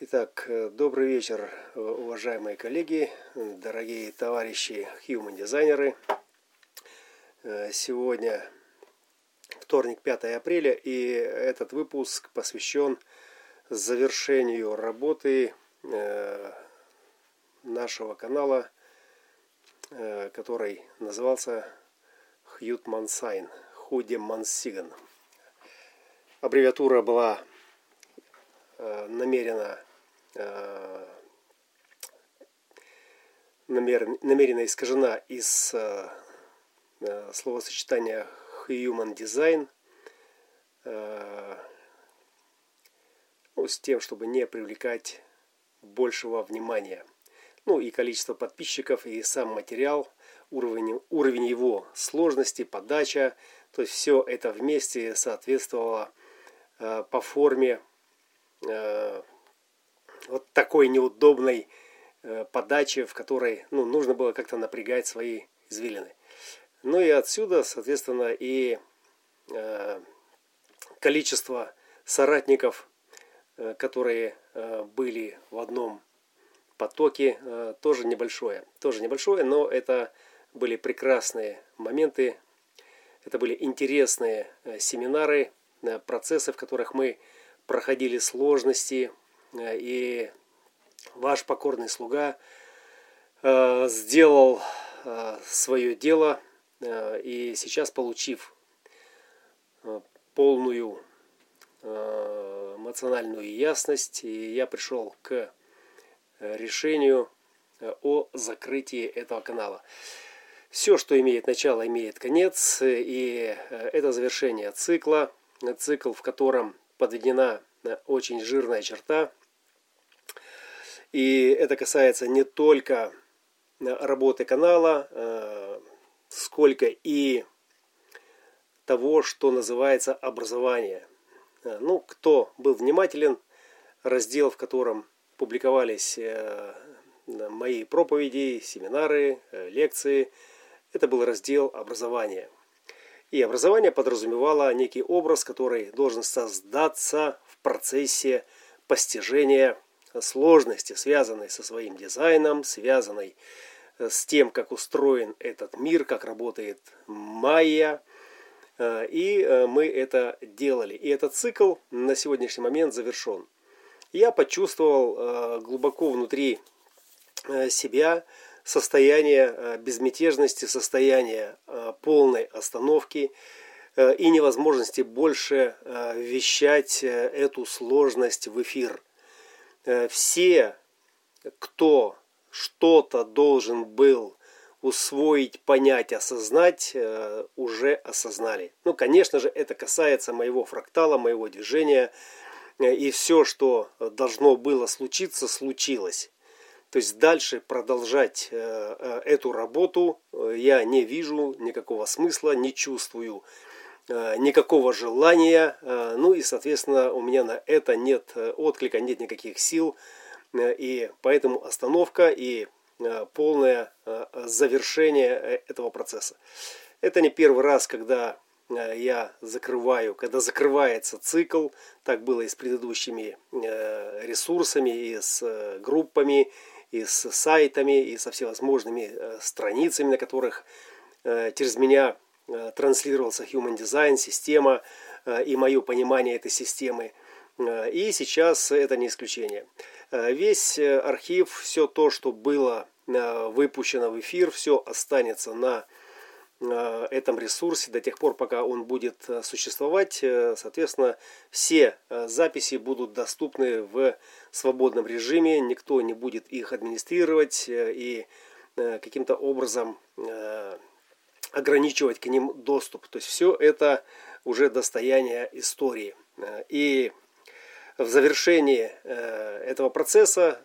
Итак, добрый вечер, уважаемые коллеги, дорогие товарищи human-дизайнеры. Сегодня вторник, 5 апреля, и этот выпуск посвящен завершению работы нашего канала, который назывался Хьютмансайн, Худемансиган. Аббревиатура была намеренно искажена из словосочетания human design, с тем, чтобы не привлекать большего внимания. И количество подписчиков, и сам материал, уровень его сложности, подача, то есть все это вместе соответствовало по форме вот такой неудобной подачи, в которой нужно было как-то напрягать свои извилины. И отсюда, соответственно, и количество соратников, которые были в одном потоке, тоже небольшое, но это были прекрасные моменты, это были интересные семинары, процессы, в которых мы проходили сложности, и ваш покорный слуга сделал свое дело, и сейчас, получив полную эмоциональную ясность, я пришел к решению о закрытии этого канала. Все, что имеет начало, имеет конец, и это завершение цикла, цикл, в котором подведена очень жирная черта. И это касается не только работы канала, сколько и того, что называется образование. Кто был внимателен, раздел, в котором публиковались мои проповеди, семинары, лекции, это был раздел образования. И образование подразумевало некий образ, который должен создаться в процессе постижения сложности, связанной со своим дизайном, связанной с тем, как устроен этот мир, как работает майя. И мы это делали. И этот цикл на сегодняшний момент завершен. Я почувствовал глубоко внутри себя состояние безмятежности, состояние полной остановки и невозможности больше вещать эту сложность в эфир. Все, кто что-то должен был усвоить, понять, осознать, уже осознали. Конечно же, это касается моего фрактала, моего движения, и все, что должно было случиться, случилось. То есть дальше продолжать эту работу я не вижу никакого смысла, не чувствую никакого желания. И, соответственно, у меня на это нет отклика, нет никаких сил. И поэтому остановка и полное завершение этого процесса. Это не первый раз, когда я закрываю, когда закрывается цикл. Так было и с предыдущими ресурсами, и с группами, и с сайтами, и со всевозможными страницами, на которых через меня транслировался Human Design, система и мое понимание этой системы. И сейчас это не исключение. Весь архив, все то, что было выпущено в эфир, все останется на этом ресурсе до тех пор, пока он будет существовать. Соответственно, все записи будут доступны в свободном режиме, никто не будет их администрировать и каким-то образом ограничивать к ним доступ. То есть все это уже достояние истории. И в завершении этого процесса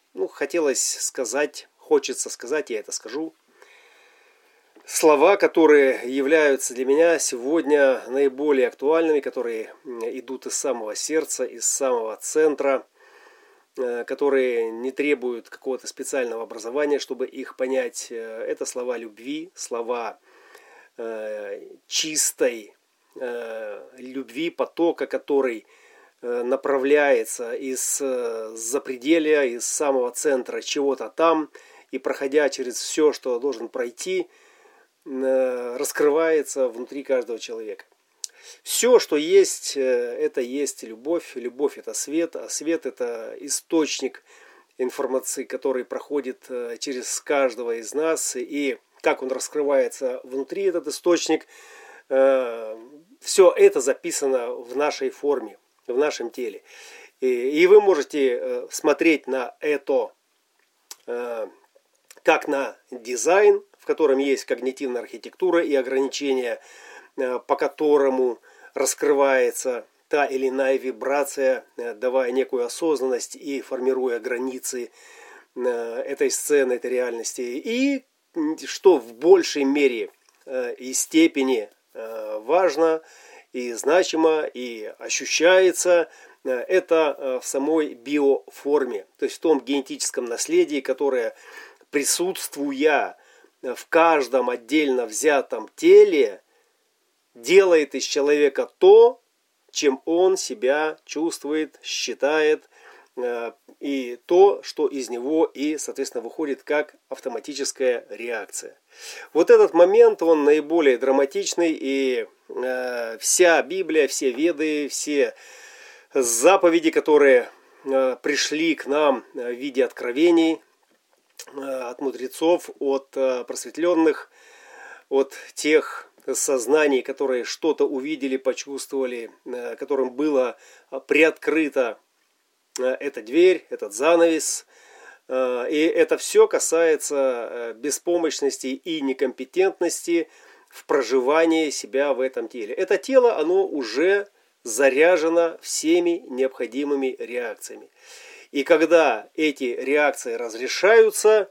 хочется сказать, я это скажу, слова, которые являются для меня сегодня наиболее актуальными, которые идут из самого сердца, из самого центра, которые не требуют какого-то специального образования, чтобы их понять. Это слова любви, слова чистой любви, потока, который направляется из запределья, из самого центра чего-то там, и проходя через все, что должен пройти, раскрывается внутри каждого человека. Все, что есть, это есть любовь. Любовь – это свет, а свет – это источник информации, который проходит через каждого из нас. И как он раскрывается внутри, этот источник, все это записано в нашей форме, в нашем теле. И вы можете смотреть на это как на дизайн, в котором есть когнитивная архитектура и ограничения, по которому раскрывается та или иная вибрация, давая некую осознанность и формируя границы этой сцены, этой реальности. И что в большей мере и степени важно и значимо и ощущается, это в самой биоформе, то есть в том генетическом наследии, которое, присутствуя в каждом отдельно взятом теле, делает из человека то, чем он себя чувствует, считает, и то, что из него и, соответственно, выходит как автоматическая реакция. Вот этот момент, он наиболее драматичный, и вся Библия, все Веды, все заповеди, которые пришли к нам в виде откровений от мудрецов, от просветленных, от тех сознаний, которые что-то увидели, почувствовали, которым было приоткрыта эта дверь, этот занавес. И это все касается беспомощности и некомпетентности в проживании себя в этом теле. Это тело, оно уже заряжено всеми необходимыми реакциями. И когда эти реакции разрешаются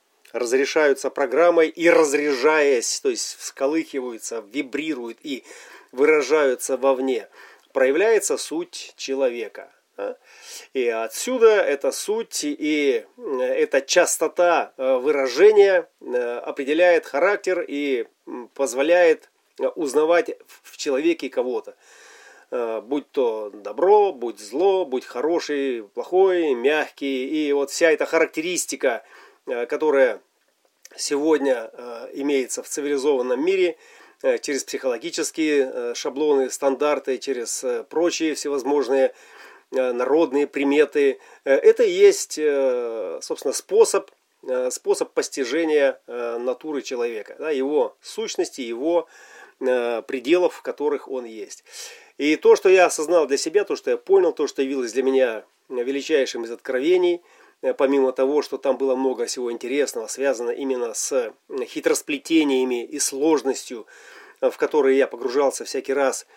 программой и разряжаясь, то есть всколыхиваются, вибрируют и выражаются вовне, проявляется суть человека. И отсюда эта суть и эта частота выражения определяет характер и позволяет узнавать в человеке кого-то. Будь то добро, будь зло, будь хороший, плохой, мягкий. И вот вся эта характеристика, которая сегодня имеется в цивилизованном мире, через психологические шаблоны, стандарты, через прочие всевозможные народные приметы, это и есть, собственно, способ постижения натуры человека, его сущности, его пределов, в которых он есть. И то, что я осознал для себя, то, что я понял, то, что явилось для меня величайшим из откровений, помимо того, что там было много всего интересного, связано именно с хитросплетениями и сложностью, в которые я погружался всякий раз,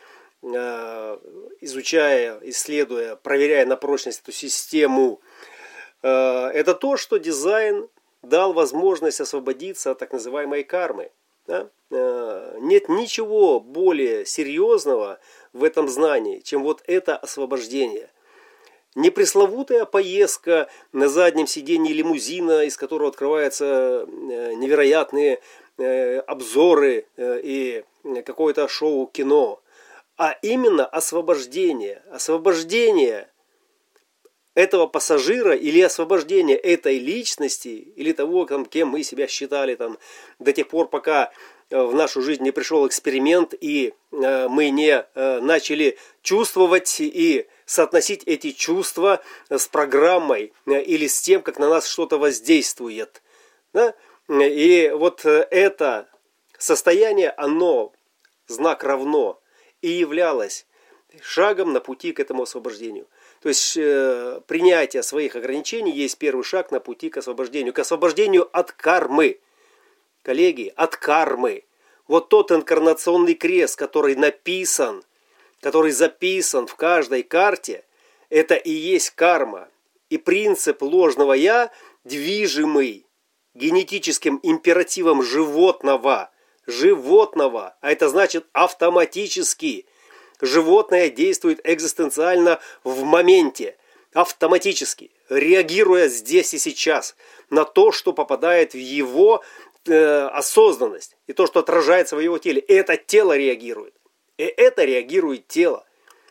изучая, исследуя, проверяя на прочность эту систему, это то, что дизайн дал возможность освободиться от так называемой кармы. Да? Нет ничего более серьезного в этом знании, чем вот это освобождение. Не пресловутая поездка на заднем сиденье лимузина, из которого открываются невероятные обзоры и какое-то шоу-кино, а именно освобождение. Освобождение этого пассажира или освобождение этой личности, или того, кем мы себя считали до тех пор, пока в нашу жизнь не пришел эксперимент, и мы не начали чувствовать и соотносить эти чувства с программой или с тем, как на нас что-то воздействует. Да? И вот это состояние, оно, знак равно, и являлось шагом на пути к этому освобождению. То есть принятие своих ограничений есть первый шаг на пути к освобождению от кармы. Коллеги, от кармы. Вот тот инкарнационный крест, который написан, который записан в каждой карте, это и есть карма. И принцип ложного «я», движимый генетическим императивом животного, а это значит автоматически. Животное действует экзистенциально в моменте, автоматически, реагируя здесь и сейчас на то, что попадает в его осознанность и то, что отражается в его теле. И это тело реагирует. И это реагирует тело.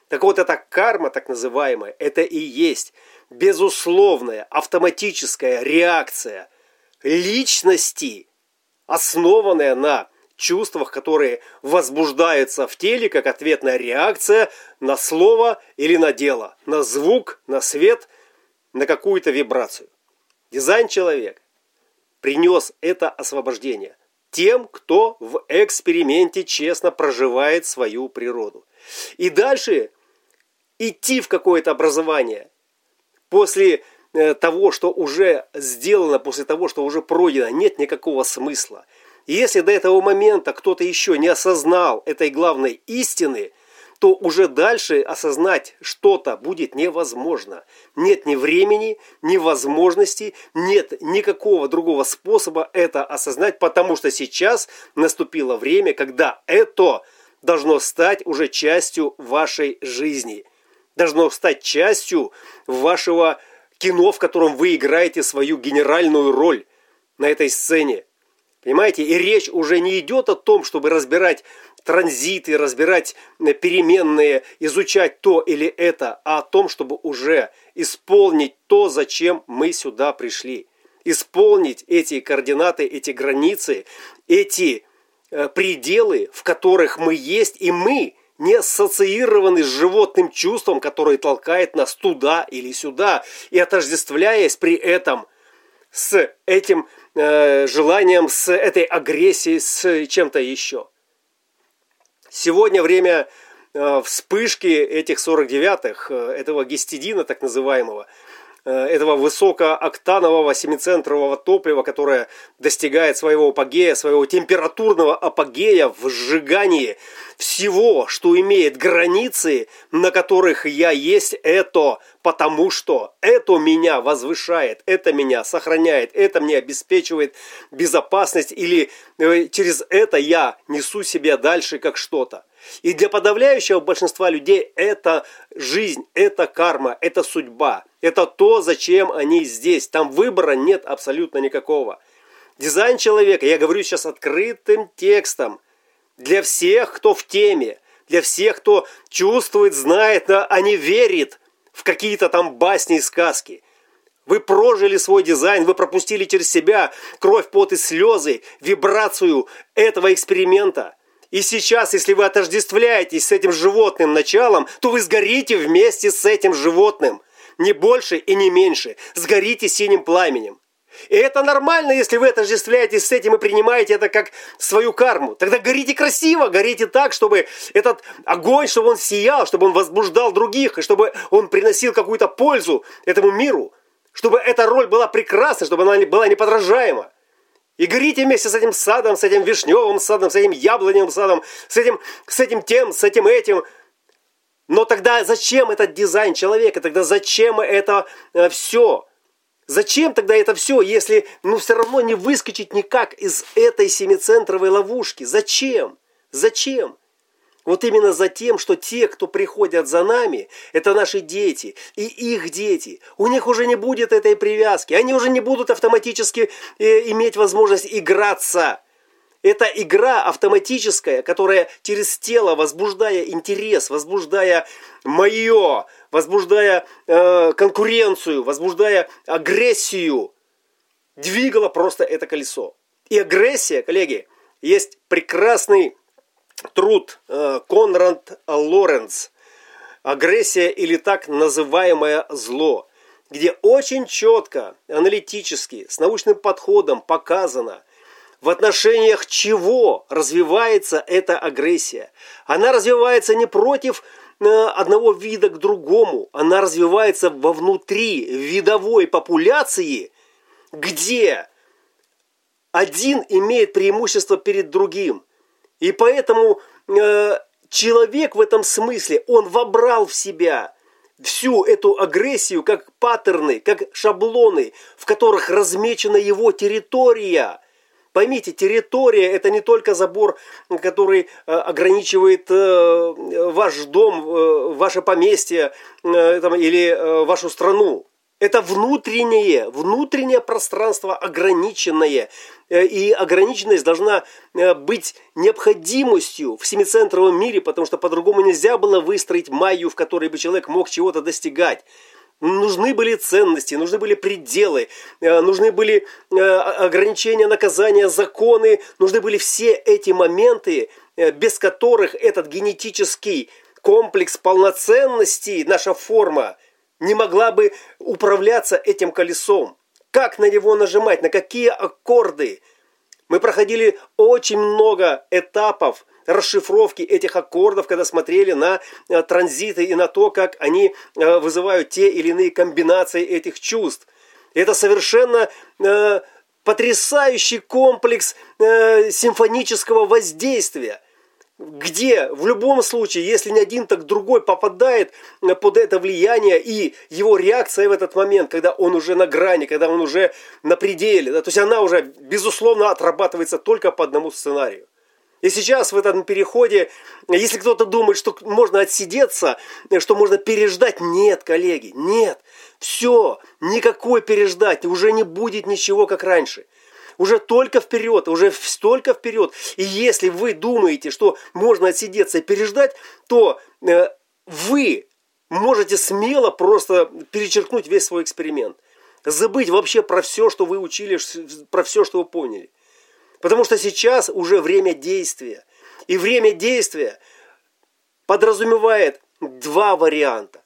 Так вот, эта карма, так называемая, это и есть безусловная автоматическая реакция личности, основанная на чувствах, которые возбуждаются в теле как ответная реакция на слово или на дело, на звук, на свет, на какую-то вибрацию. Дизайн человека принес это освобождение тем, кто в эксперименте честно проживает свою природу. И дальше идти в какое-то образование после того, что уже сделано, после того, что уже пройдено, нет никакого смысла. И если до этого момента кто-то еще не осознал этой главной истины, то уже дальше осознать что-то будет невозможно. Нет ни времени, ни возможности, нет никакого другого способа это осознать, потому что сейчас наступило время, когда это должно стать уже частью вашей жизни. Должно стать частью вашего кино, в котором вы играете свою генеральную роль на этой сцене. Понимаете? И речь уже не идет о том, чтобы разбирать транзиты, разбирать переменные, изучать то или это, а о том, чтобы уже исполнить то, зачем мы сюда пришли. Исполнить эти координаты, эти границы, эти пределы, в которых мы есть, и мы не ассоциированы с животным чувством, которое толкает нас туда или сюда, и отождествляясь при этом с этим желанием, с этой агрессией, с чем-то еще. Сегодня время вспышки этих 49-х, этого гистидина так называемого, этого высокооктанового семицентрового топлива, которое достигает своего апогея, своего температурного апогея в сжигании всего, что имеет границы, на которых я есть, это потому что это меня возвышает, это меня сохраняет, это мне обеспечивает безопасность, или через это я несу себя дальше как что-то. И для подавляющего большинства людей это жизнь, это карма, это судьба. Это то, зачем они здесь. Там выбора нет абсолютно никакого. Дизайн человека, я говорю сейчас открытым текстом, для всех, кто в теме, для всех, кто чувствует, знает, а не верит в какие-то там басни и сказки. Вы прожили свой дизайн, вы пропустили через себя кровь, пот и слезы, вибрацию этого эксперимента. И сейчас, если вы отождествляетесь с этим животным началом, то вы сгорите вместе с этим животным. Не больше и не меньше. Сгорите синим пламенем. И это нормально, если вы отождествляетесь с этим и принимаете это как свою карму. Тогда горите красиво, горите так, чтобы этот огонь, чтобы он сиял, чтобы он возбуждал других, и чтобы он приносил какую-то пользу этому миру. Чтобы эта роль была прекрасна, чтобы она была неподражаема. И горите вместе с этим садом, с этим вишневым садом, с этим яблоневым садом, с этим тем, с этим этим. Но тогда зачем этот дизайн человека? Тогда зачем это все? Зачем тогда это все, если все равно не выскочить никак из этой семицентровой ловушки? Зачем? Зачем? Вот именно за тем, что те, кто приходят за нами, это наши дети и их дети. У них уже не будет этой привязки. Они уже не будут автоматически иметь возможность играться. Это игра автоматическая, которая через тело, возбуждая интерес, возбуждая мое, возбуждая конкуренцию, возбуждая агрессию, двигала просто это колесо. И агрессия, коллеги, есть прекрасный труд Конрад Лоренц «Агрессия или так называемое зло», где очень четко, аналитически, с научным подходом показано, в отношениях чего развивается эта агрессия. Она развивается не против одного вида к другому, она развивается вовнутри видовой популяции, где один имеет преимущество перед другим. И поэтому человек в этом смысле, он вобрал в себя всю эту агрессию как паттерны, как шаблоны, в которых размечена его территория. Поймите, территория – это не только забор, который ограничивает ваш дом, ваше поместье или вашу страну. Это внутреннее пространство ограниченное. И ограниченность должна быть необходимостью в семицентровом мире, потому что по-другому нельзя было выстроить майю, в которой бы человек мог чего-то достигать. Нужны были ценности, нужны были пределы, нужны были ограничения, наказания, законы, нужны были все эти моменты, без которых этот генетический комплекс полноценности, наша форма, не могла бы управляться этим колесом. Как на него нажимать, на какие аккорды? Мы проходили очень много этапов расшифровки этих аккордов, когда смотрели на транзиты и на то, как они вызывают те или иные комбинации этих чувств. Это совершенно потрясающий комплекс симфонического воздействия, где в любом случае, если не один, так другой попадает под это влияние, и его реакция в этот момент, когда он уже на грани, когда он уже на пределе, да, то есть она уже, безусловно, отрабатывается только по одному сценарию. И сейчас в этом переходе, если кто-то думает, что можно отсидеться, что можно переждать, нет, коллеги, нет. Все, никакой переждать, уже не будет ничего, как раньше. Уже только вперед, уже столько вперед. И если вы думаете, что можно отсидеться и переждать, то вы можете смело просто перечеркнуть весь свой эксперимент. Забыть вообще про все, что вы учили, про все, что вы поняли. Потому что сейчас уже время действия. И время действия подразумевает два варианта.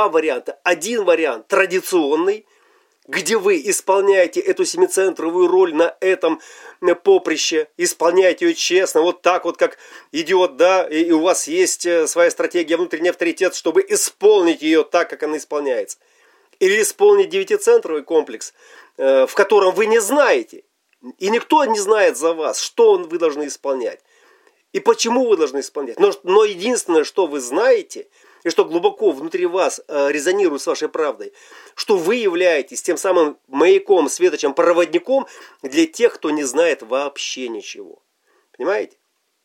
Один вариант традиционный, где вы исполняете эту семицентровую роль на этом поприще, исполняете ее честно, вот так вот, как идет, да, и у вас есть своя стратегия, внутренний авторитет, чтобы исполнить ее так, как она исполняется. Или исполнить девятицентровый комплекс, в котором вы не знаете, и никто не знает за вас, что вы должны исполнять, и почему вы должны исполнять. Но единственное, что вы знаете, и что глубоко внутри вас резонирует с вашей правдой, что вы являетесь тем самым маяком, светочем, проводником для тех, кто не знает вообще ничего. Понимаете?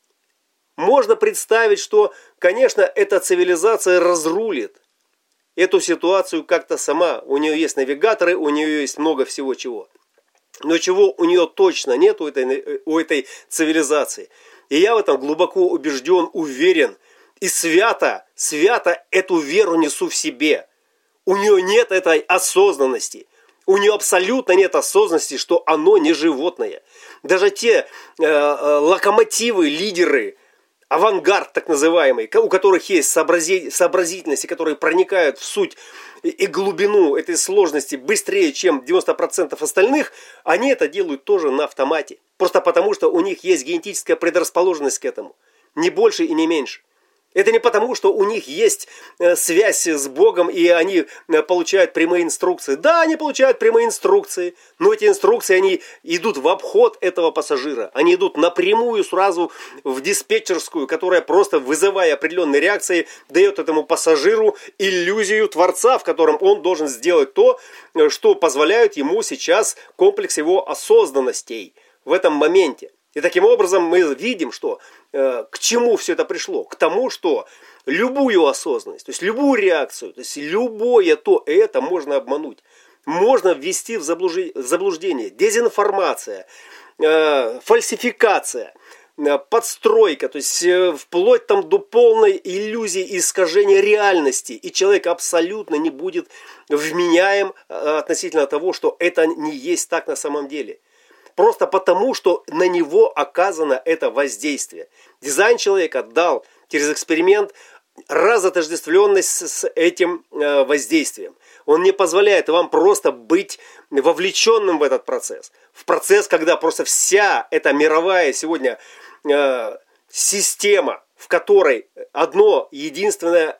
Можно представить, что, конечно, эта цивилизация разрулит эту ситуацию как-то сама. У нее есть навигаторы, у нее есть много всего чего. Но чего у нее точно нет, у этой цивилизации. И я в этом глубоко убежден, уверен, и свято эту веру несу в себе. У нее нет этой осознанности. У нее абсолютно нет осознанности, что оно не животное. Даже те локомотивы, лидеры, авангард так называемый, у которых есть сообразительность, и которые проникают в суть и глубину этой сложности быстрее, чем 90% остальных, они это делают тоже на автомате. Просто потому, что у них есть генетическая предрасположенность к этому. Не больше и не меньше. Это не потому, что у них есть связь с Богом, и они получают прямые инструкции. Да, они получают прямые инструкции, но эти инструкции, они идут в обход этого пассажира. Они идут напрямую сразу в диспетчерскую, которая просто, вызывая определенные реакции, дает этому пассажиру иллюзию Творца, в котором он должен сделать то, что позволяет ему сейчас комплекс его осознанностей в этом моменте. И таким образом мы видим, что к чему все это пришло? К тому, что любую осознанность, то есть любую реакцию, то есть любое то это можно обмануть. Можно ввести в заблуждение. Дезинформация, фальсификация, подстройка, то есть вплоть там до полной иллюзии и искажения реальности. И человек абсолютно не будет вменяем относительно того, что это не есть так на самом деле. Просто потому, что на него оказано это воздействие. Дизайн человека дал через эксперимент разотождествленность с этим воздействием. Он не позволяет вам просто быть вовлеченным в этот процесс. В процесс, когда просто вся эта мировая сегодня система, в которой одно единственное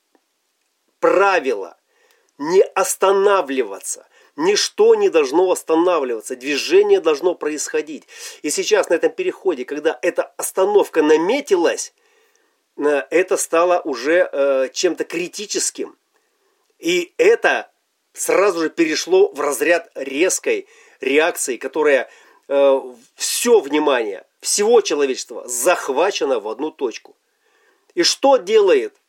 правило – не останавливаться. Ничто не должно останавливаться, движение должно происходить. И сейчас на этом переходе, когда эта остановка наметилась, это стало уже чем-то критическим. И это сразу же перешло в разряд резкой реакции, которая все внимание всего человечества захвачено в одну точку. И что делает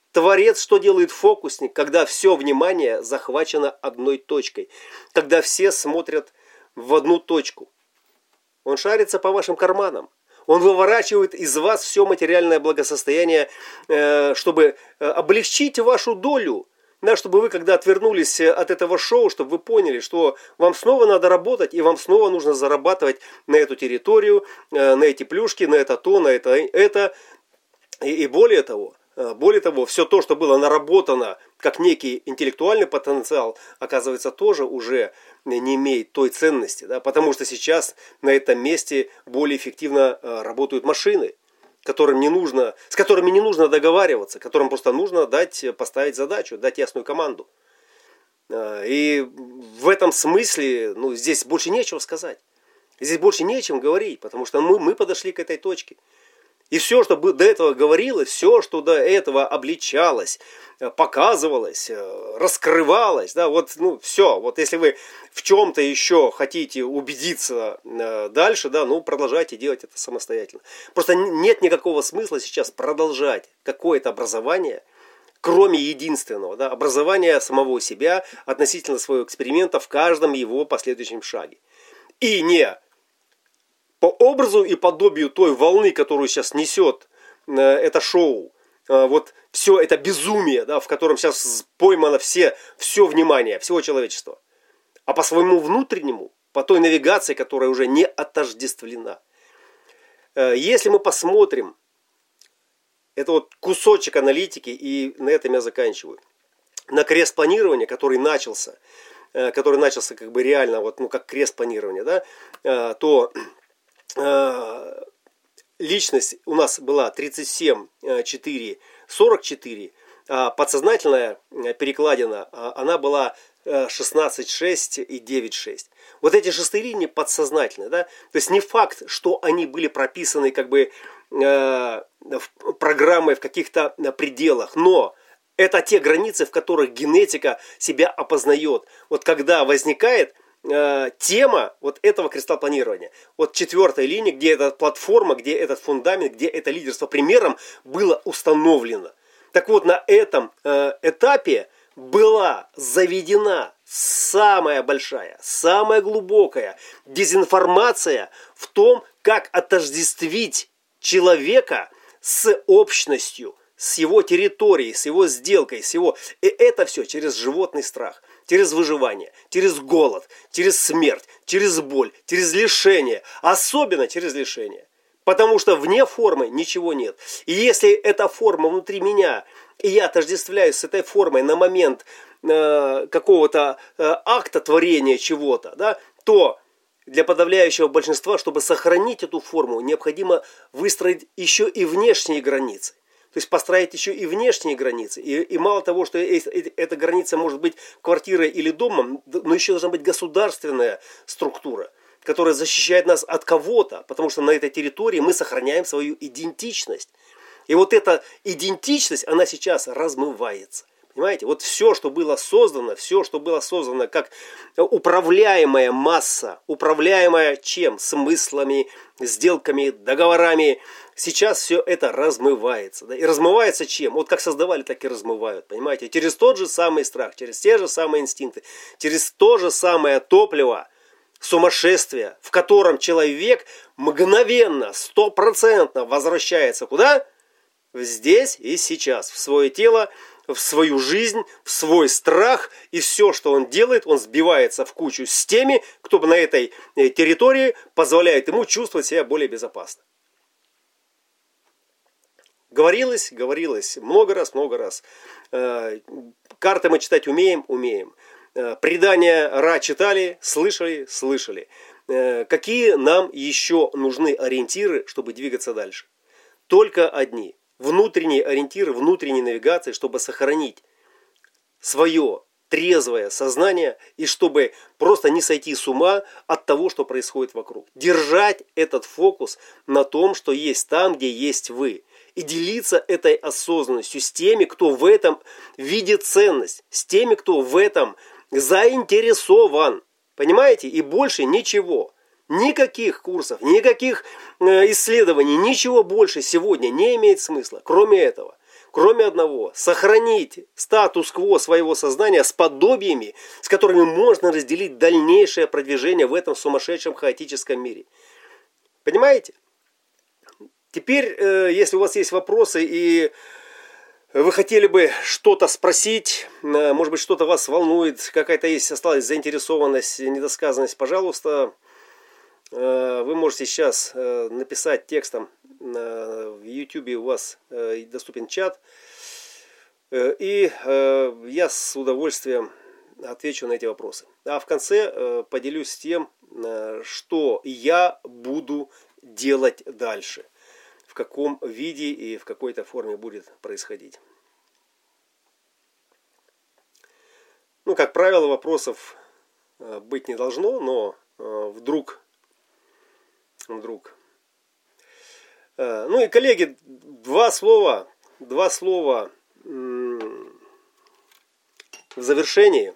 Творец что делает фокусник, когда все внимание захвачено одной точкой, когда все смотрят в одну точку? Он шарится по вашим карманам. Он выворачивает из вас все материальное благосостояние, чтобы облегчить вашу долю. Да, чтобы вы, когда отвернулись от этого шоу, чтобы вы поняли, что вам снова надо работать, и вам снова нужно зарабатывать на эту территорию, на эти плюшки, на это то, на это. И более того, все то, что было наработано как некий интеллектуальный потенциал, оказывается, тоже уже не имеет той ценности. Да, потому что сейчас на этом месте более эффективно работают машины, с которыми не нужно договариваться, которым просто нужно поставить задачу, дать ясную команду. И в этом смысле здесь больше нечего сказать. Здесь больше нечем говорить, потому что мы подошли к этой точке. И все, что до этого говорилось, все, что до этого обличалось, показывалось, раскрывалось, да, все. Вот если вы в чем-то еще хотите убедиться дальше, да, продолжайте делать это самостоятельно. Просто нет никакого смысла сейчас продолжать какое-то образование, кроме единственного, да, образования самого себя относительно своего эксперимента в каждом его последующем шаге. И не по образу и подобию той волны, которую сейчас несет это шоу, вот все это безумие, да, в котором сейчас поймано все внимание всего человечества, а по своему внутреннему, по той навигации, которая уже не отождествлена. Если мы посмотрим, это вот кусочек аналитики, и на этом я заканчиваю, на крест планирования, который начался как бы реально, как крест планирования, да, то личность у нас была 37, 4, 44, а подсознательная перекладина, она была 16, 6 и 9, 6. Вот эти шестые линии подсознательные, да, то есть не факт, что они были прописаны как бы программой в каких-то пределах, но это те границы, в которых генетика себя опознает. Вот когда возникает тема вот этого креста планирования. Вот четвертая линия, где эта платформа, где этот фундамент, где это лидерство примером было установлено. Так вот, на этом этапе была заведена самая большая, самая глубокая дезинформация в том, как отождествить человека с общностью, с его территорией, с его сделкой, И это все через животный страх, через выживание, через голод, через смерть, через боль, через лишение. Особенно через лишение. Потому что вне формы ничего нет. И если эта форма внутри меня, и я отождествляюсь с этой формой на момент какого-то акта творения чего-то, да, то для подавляющего большинства, чтобы сохранить эту форму, необходимо выстроить еще и внешние границы. То есть построить еще и внешние границы. И мало того, что эта граница может быть квартирой или домом, но еще должна быть государственная структура, которая защищает нас от кого-то, потому что на этой территории мы сохраняем свою идентичность. И вот эта идентичность, она сейчас размывается. Понимаете? Вот все, что было создано как управляемая масса, управляемая чем? Смыслами, сделками, договорами. Сейчас все это размывается. Да? И размывается чем? Вот как создавали, так и размывают. Понимаете? Через тот же самый страх, через те же самые инстинкты, через то же самое топливо, сумасшествие, в котором человек мгновенно, 100% возвращается куда? Здесь и сейчас, в свое тело, в свою жизнь, в свой страх, и все, что он делает, он сбивается в кучу с теми, кто на этой территории позволяет ему чувствовать себя более безопасно. Говорилось много раз. Карты мы читать умеем. Предания Ра читали, слышали. Какие нам еще нужны ориентиры, чтобы двигаться дальше? Только одни. Внутренние ориентиры, внутренние навигации, чтобы сохранить свое трезвое сознание и чтобы просто не сойти с ума от того, что происходит вокруг. Держать этот фокус на том, что есть там, где есть вы. И делиться этой осознанностью с теми, кто в этом видит ценность, с теми, кто в этом заинтересован. Понимаете? И больше ничего. Никаких курсов, никаких исследований, ничего больше сегодня не имеет смысла, кроме этого. кроме одного: сохранить статус-кво своего сознания с подобиями, с которыми можно разделить дальнейшее продвижение в этом сумасшедшем хаотическом мире. Понимаете? Теперь, если у вас есть вопросы и вы хотели бы что-то спросить, может быть, что-то вас волнует, какая-то есть, осталась заинтересованность, недосказанность, пожалуйста, вы можете сейчас написать текстом. В YouTube у вас доступен чат. И я с удовольствием отвечу на эти вопросы. А в конце поделюсь тем, что я буду делать дальше. В каком виде и в какой-то форме будет происходить. Ну, как правило, вопросов быть не должно, но вдруг. Ну и, коллеги, два слова в завершении.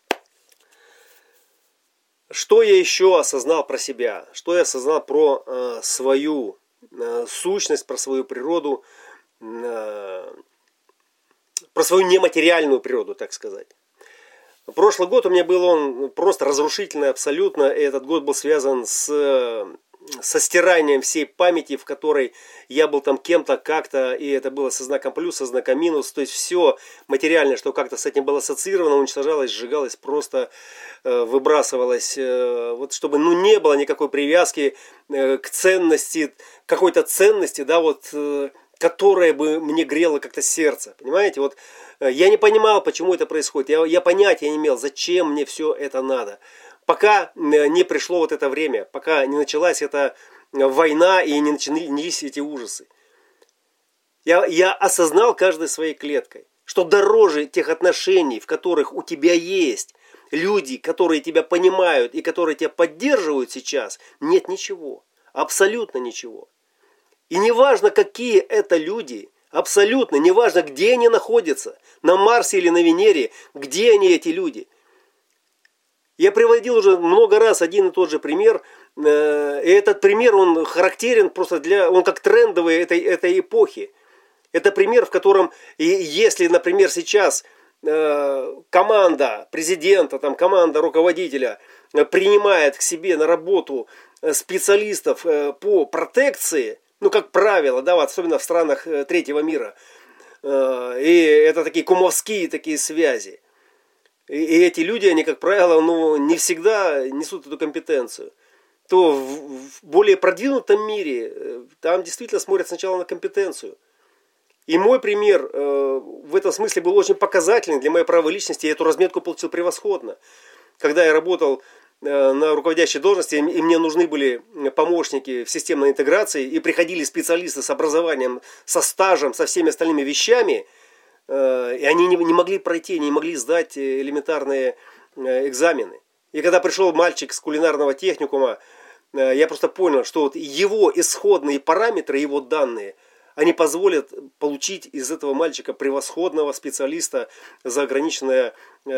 Что я еще осознал про себя? Что я осознал про свою сущность, про свою природу, про свою нематериальную природу, так сказать. Прошлый год у меня был он просто разрушительный абсолютно. И этот год был связан со стиранием всей памяти, в которой я был там кем-то, как-то, и это было со знаком плюс, со знаком минус. То есть все материальное, что как-то с этим было ассоциировано, уничтожалось, сжигалось, просто выбрасывалось. Вот чтобы не было никакой привязки к ценности, какой-то ценности, да, вот, которая бы мне грела как-то сердце. Понимаете, вот я не понимал, почему это происходит. Я понятия не имел, зачем мне все это надо. Пока не пришло вот это время, пока не началась эта война и не начались эти ужасы. Я осознал каждой своей клеткой, что дороже тех отношений, в которых у тебя есть люди, которые тебя понимают и которые тебя поддерживают сейчас, нет ничего. Абсолютно ничего. И неважно, какие это люди, абсолютно неважно, где они находятся, на Марсе или на Венере, где они, эти люди. Я приводил уже много раз один и тот же пример. И этот пример, он характерен просто он как трендовый этой эпохи. Это пример, в котором, если, например, сейчас команда президента, там, команда руководителя принимает к себе на работу специалистов по протекции, ну, как правило, да, особенно в странах третьего мира, и это такие кумовские такие связи. И эти люди, они, как правило, не всегда несут эту компетенцию. То в более продвинутом мире там действительно смотрят сначала на компетенцию. И мой пример в этом смысле был очень показательный для моей правой личности. Я эту разметку получил превосходно. Когда я работал на руководящей должности, и мне нужны были помощники в системной интеграции, и приходили специалисты с образованием, со стажем, со всеми остальными вещами, и они не могли пройти, не могли сдать элементарные экзамены. И когда пришел мальчик с кулинарного техникума, я просто понял, что вот его исходные параметры, его данные, они позволят получить из этого мальчика превосходного специалиста за ограниченное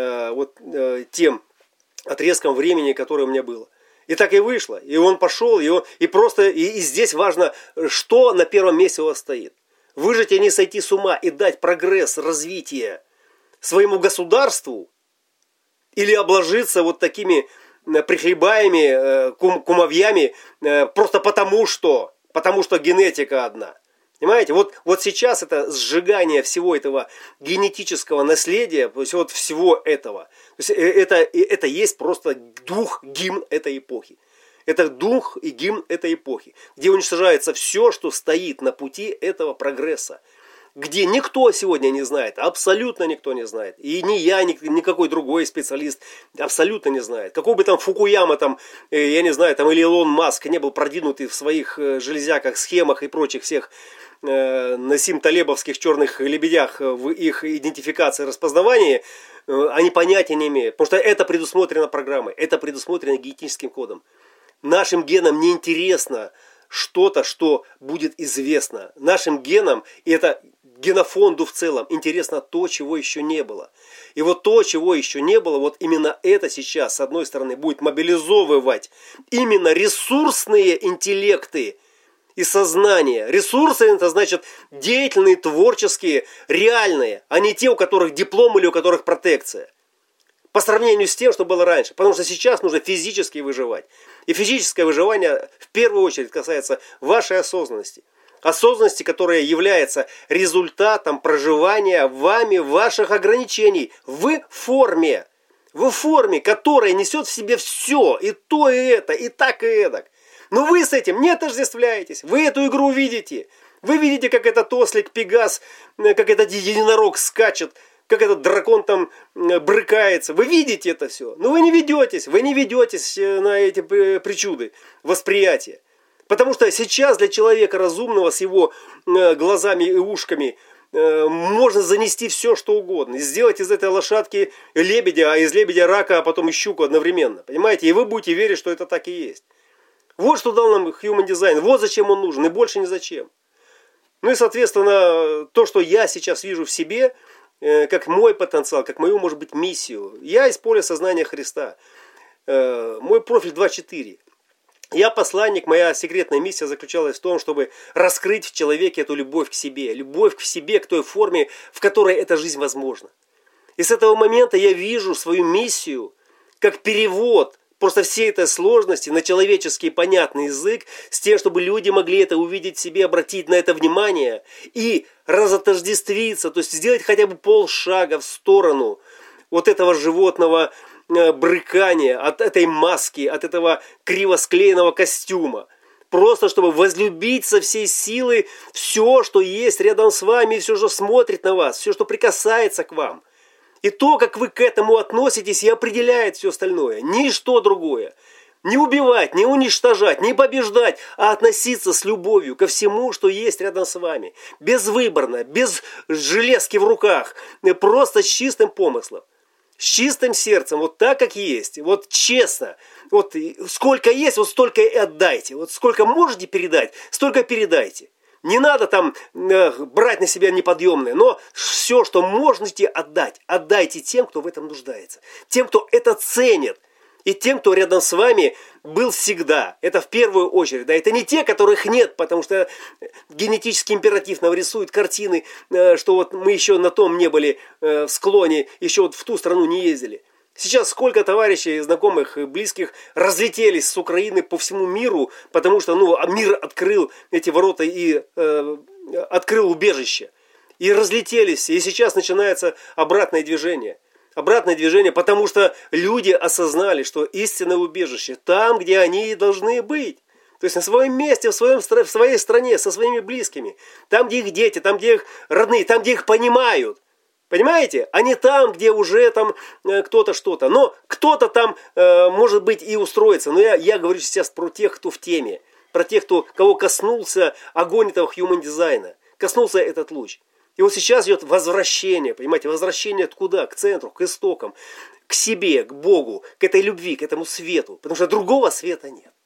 тем отрезком времени, которое у меня было. И так и вышло. И он пошел, и здесь важно, что на первом месте у вас стоит. Выжить и не сойти с ума и дать прогресс, развитие своему государству или обложиться вот такими прихлебаями, кумовьями просто потому что генетика одна. Понимаете, вот сейчас это сжигание всего этого генетического наследия, то есть вот всего этого. То есть это есть просто дух, гимн этой эпохи. Это дух и гимн этой эпохи, где уничтожается все, что стоит на пути этого прогресса. Где никто сегодня не знает, абсолютно никто не знает. И ни я, ни никакой другой специалист абсолютно не знает. Какой бы там Фукуяма, там, я не знаю, там, или Илон Маск не был продвинутый в своих железяках, схемах и прочих всех Насим Талебовских черных лебедях в их идентификации и распознавании, они понятия не имеют. Потому что это предусмотрено программой, это предусмотрено генетическим кодом. Нашим генам не интересно что-то, что будет известно. Нашим генам, и это генофонду в целом, интересно то, чего еще не было. И вот то, чего еще не было, вот именно это сейчас, с одной стороны, будет мобилизовывать именно ресурсные интеллекты и сознание. Ресурсы это значит деятельные, творческие, реальные, а не те, у которых диплом или у которых протекция. По сравнению с тем, что было раньше. Потому что сейчас нужно физически выживать. И физическое выживание в первую очередь касается вашей осознанности. Осознанности, которая является результатом проживания вами ваших ограничений в форме. В форме, которая несет в себе все. И то, и это, и так, и эдак. Но вы с этим не отождествляетесь. Вы эту игру видите. Вы видите, как этот ослик Пегас, как этот единорог скачет, как этот дракон там брыкается. Вы видите это все. Но вы не ведетесь на эти причуды восприятия. Потому что сейчас для человека разумного с его глазами и ушками можно занести все, что угодно. И сделать из этой лошадки лебедя, а из лебедя рака, а потом и щуку одновременно. Понимаете? И вы будете верить, что это так и есть. Вот что дал нам Human Design. Вот зачем он нужен. И больше ни зачем. Ну и, соответственно, то, что я сейчас вижу в себе, как мой потенциал, как мою, может быть, миссию. Я из поля сознания Христа. Мой профиль 2.4. Я посланник, моя секретная миссия заключалась в том, чтобы раскрыть в человеке эту любовь к себе. Любовь к себе, к той форме, в которой эта жизнь возможна. И с этого момента я вижу свою миссию как перевод просто всей этой сложности на человеческий понятный язык, с тем, чтобы люди могли это увидеть в себе, обратить на это внимание и разотождествиться, то есть сделать хотя бы полшага в сторону вот этого животного брыкания, от этой маски, от этого криво склеенного костюма. Просто чтобы возлюбить со всей силы все, что есть рядом с вами, все, что смотрит на вас, все, что прикасается к вам. И то, как вы к этому относитесь, и определяет все остальное. Ничто другое. Не убивать, не уничтожать, не побеждать, а относиться с любовью ко всему, что есть рядом с вами. Безвыборно, без железки в руках. Просто с чистым помыслом. С чистым сердцем, вот так, как есть. Вот честно. Вот сколько есть, вот столько и отдайте. Вот сколько можете передать, столько передайте. Не надо там брать на себя неподъемное, но все, что можете отдать, отдайте тем, кто в этом нуждается. Тем, кто это ценит. И тем, кто рядом с вами был всегда. Это в первую очередь. Да, это не те, которых нет, потому что генетический императив нам рисует картины, что вот мы еще на том не были в склоне, еще вот в ту страну не ездили. Сейчас сколько товарищей, знакомых, близких разлетелись с Украины по всему миру, потому что мир открыл эти ворота и открыл убежище. И разлетелись. И сейчас начинается обратное движение. Обратное движение, потому что люди осознали, что истинное убежище там, где они и должны быть. То есть на своем месте, в своей стране, со своими близкими. Там, где их дети, там, где их родные, там, где их понимают. Понимаете? А не там, где уже там кто-то что-то. Но кто-то там может быть и устроится. Но я говорю сейчас про тех, кто в теме. Про тех, кого коснулся огонь этого Human Design. Коснулся этот луч. И вот сейчас идет возвращение, понимаете, возвращение куда? К центру, к истокам, к себе, к Богу, к этой любви, к этому свету. Потому что другого света нет.